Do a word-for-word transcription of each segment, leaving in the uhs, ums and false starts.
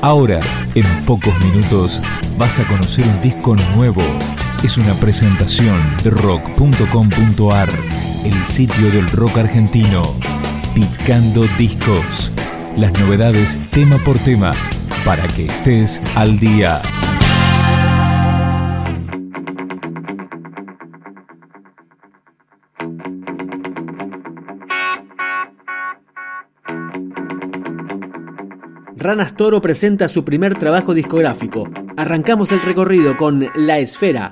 Ahora, en pocos minutos, vas a conocer un disco nuevo. Es una presentación de rock punto com punto a r, el sitio del rock argentino. Picando discos. Las novedades tema por tema, para que estés al día. Ranas Toro presenta su primer trabajo discográfico. Arrancamos el recorrido con La Esfera.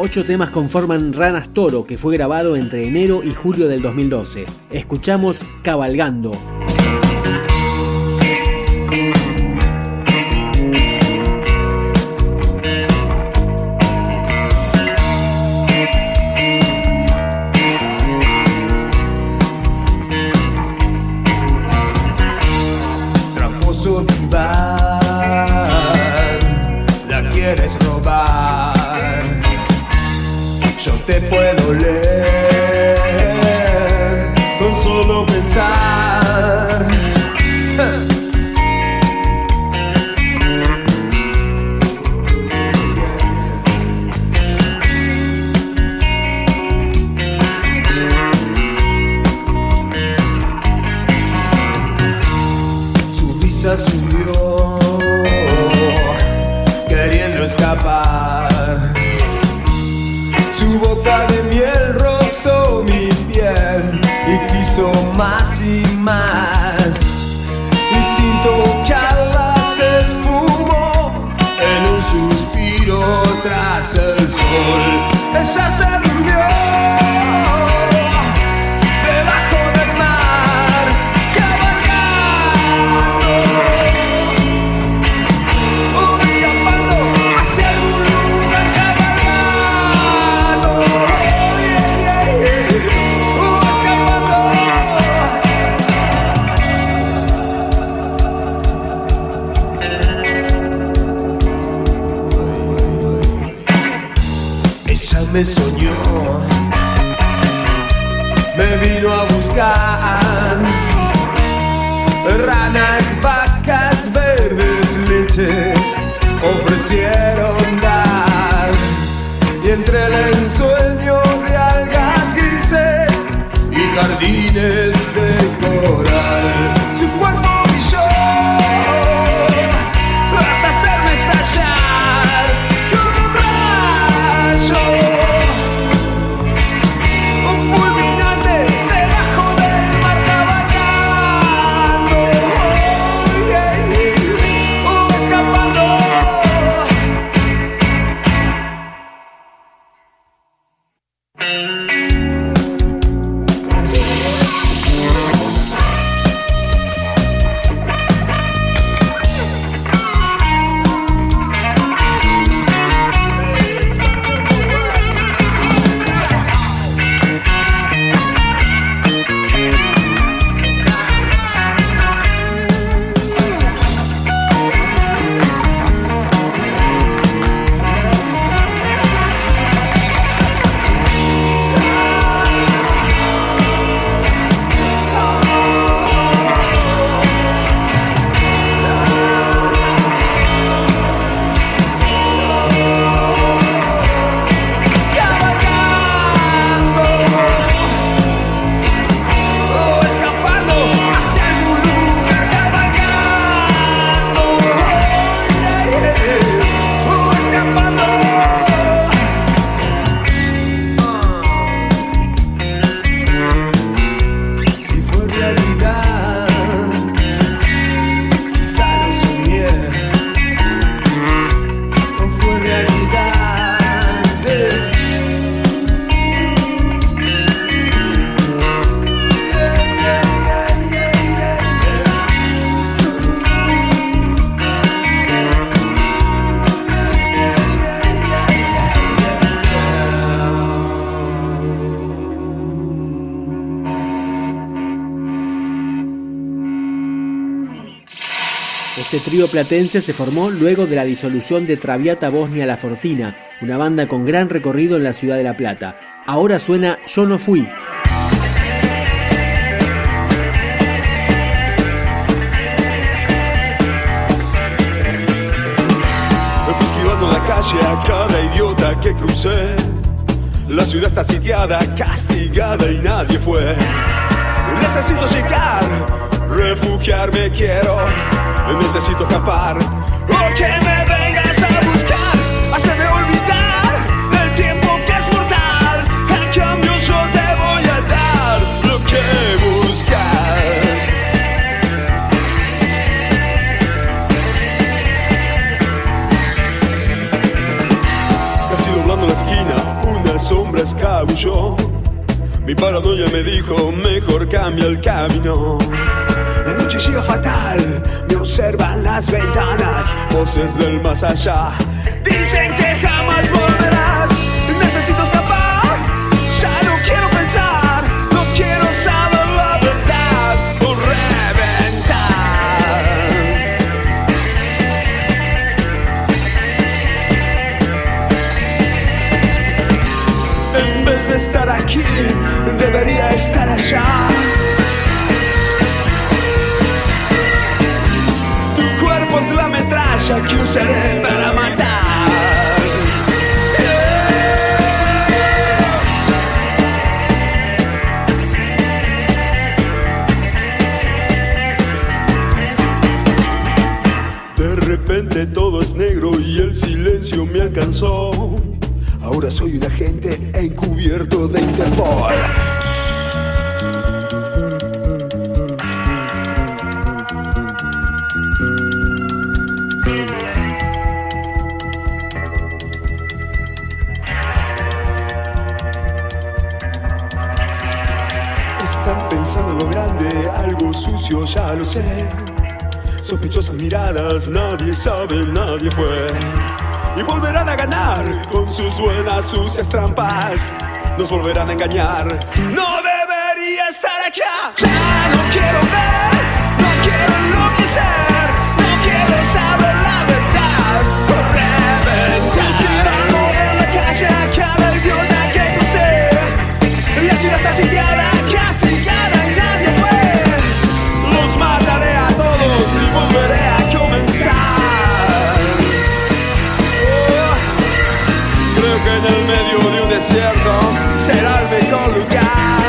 Ocho temas conforman Ranas Toro, que fue grabado entre enero y julio del dos mil doce. Escuchamos Cabalgando. La quieres robar, yo te puedo leer con solo pensar. Su risa subió queriendo escapar, su boca de miel rozó mi piel y quiso más y más, y sin tocarla se esfumó en un suspiro tras el sol. Ella se durmió debajo del mar, cabalgando, o escapando hacia algún lugar, cabalgando, yeah, yeah, yeah. O escapando. Ella me soñó, me vino a buscar. Ranas, vacas, verdes leches ofrecieron dar, y entre el ensueño de algas grises y jardines de coral, su cuerpo brilló hasta hacerme estallar como un rayo, un fulminante debajo del mar, cabalgando, oh, yeah, yeah. Oh, escapando. Este trío platense se formó luego de la disolución de Traviata Bosnia La Fortina, una banda con gran recorrido en la ciudad de La Plata. Ahora suena Yo no fui. Me fui esquivando la calle a cada idiota que crucé. La ciudad está sitiada, castigada y nadie fue. Necesito llegar, refugiarme quiero. Necesito escapar, o que me vengas a buscar, hacerme olvidar del tiempo que es mortal. A cambio yo te voy a dar lo que buscas. Casi doblando la esquina, paranoia me dijo, mejor cambia el camino. La noche llega fatal, me observan las ventanas, voces del más allá dicen que jamás volverás. Necesito escapar, ya no quiero pensar, no quiero saber la verdad o reventar. En vez de estar aquí, debería estar allá. Tu cuerpo es la metralla que usaré para matar. De repente todo es negro y el silencio me alcanzó. Ahora soy un agente encubierto de Interpol. Están pensando en lo grande, algo sucio, ya lo sé. Sospechosas miradas, nadie sabe, nadie fue. Y volverán a ganar con sus buenas sucias trampas. Nos volverán a engañar. No debería estar acá. Ya no quiero ver, no quiero enloquecer, no quiero saber la verdad o reventar. Esquivando en la calle a cada idiota que crucé. La ciudad está sitiada, castigada y nadie fue. Los mataré a todos y volveré a comenzar. Creo que en el medio de un desierto será el mejor lugar.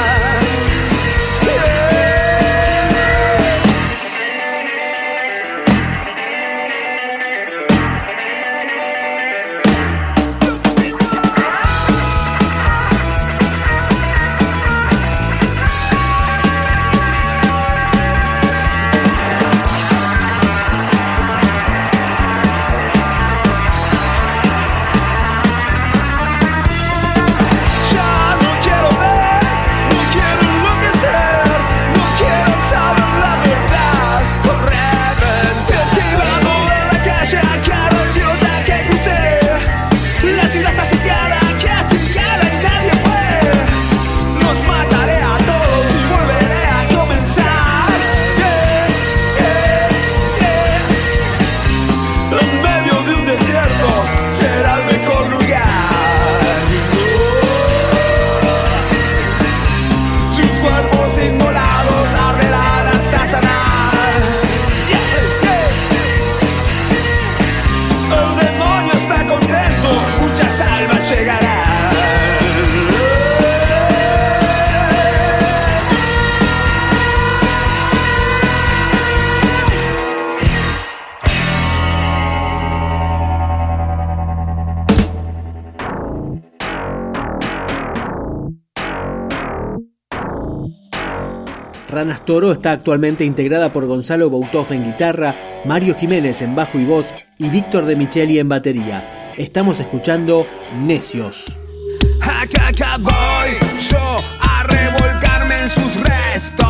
Ranas Toro está actualmente integrada por Gonzalo Boutov en guitarra, Mario Jiménez en bajo y voz y Víctor de Micheli en batería. Estamos escuchando Necios. Acá, acá voy yo a revolcarme en sus restos.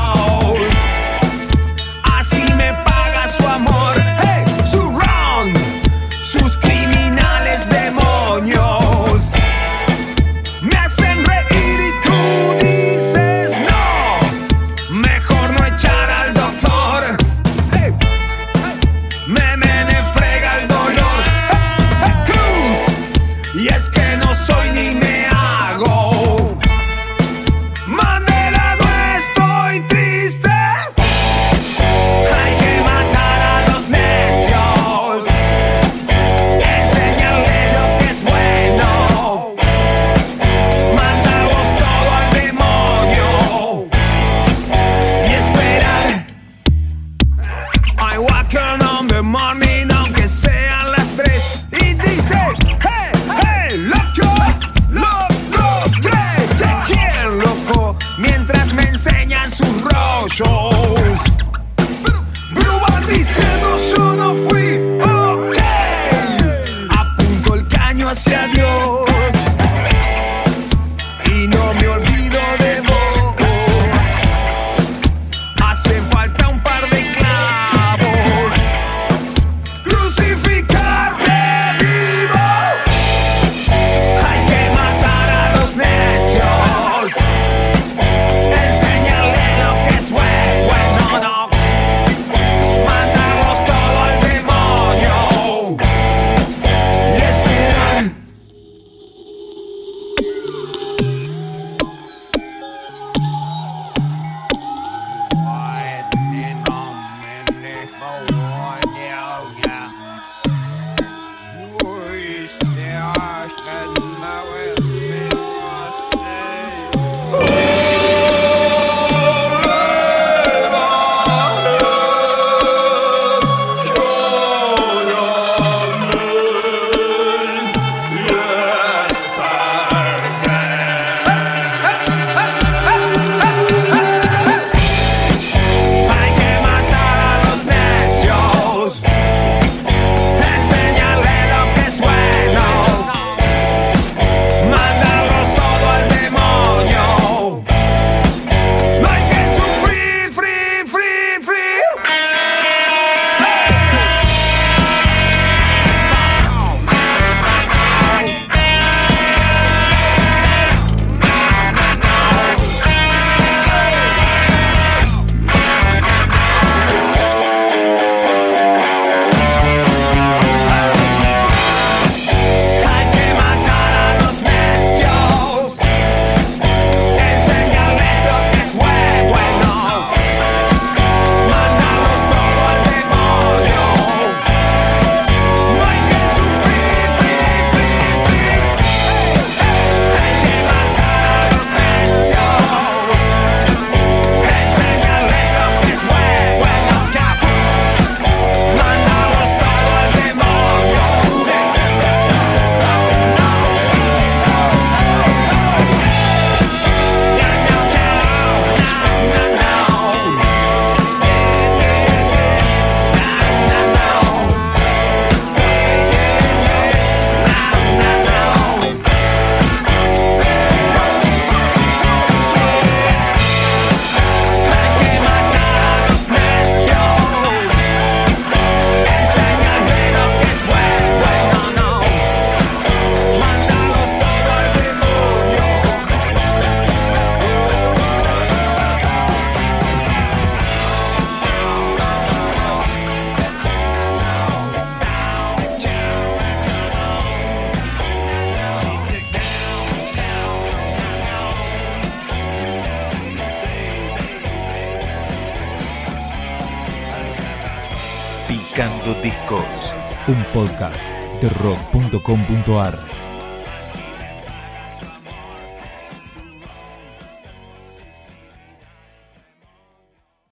Así me paga su amor, hey, su ron, sus criminales demonios. Me hacen reír y tú dices no, mejor no echar al doctor. Hey, me, me, me frega el dolor. Hey, hey, cruz, y es que no soy ni me hago. Mandela, no estoy triste. Hay que matar a los necios, enseñarles lo que es bueno. Mandamos todo al demonio y esperar. I walk on the morning, aunque sean las tres, y dices, hey, hey, loco, loco, ¿qué? ¿De quién, loco? Mientras me enseñan sus rollos. Pero van diciendo yo no fui, ok. Apunto el caño hacia Dios y no me olvido de vos. Picando Discos, un podcast de rock punto com punto ar.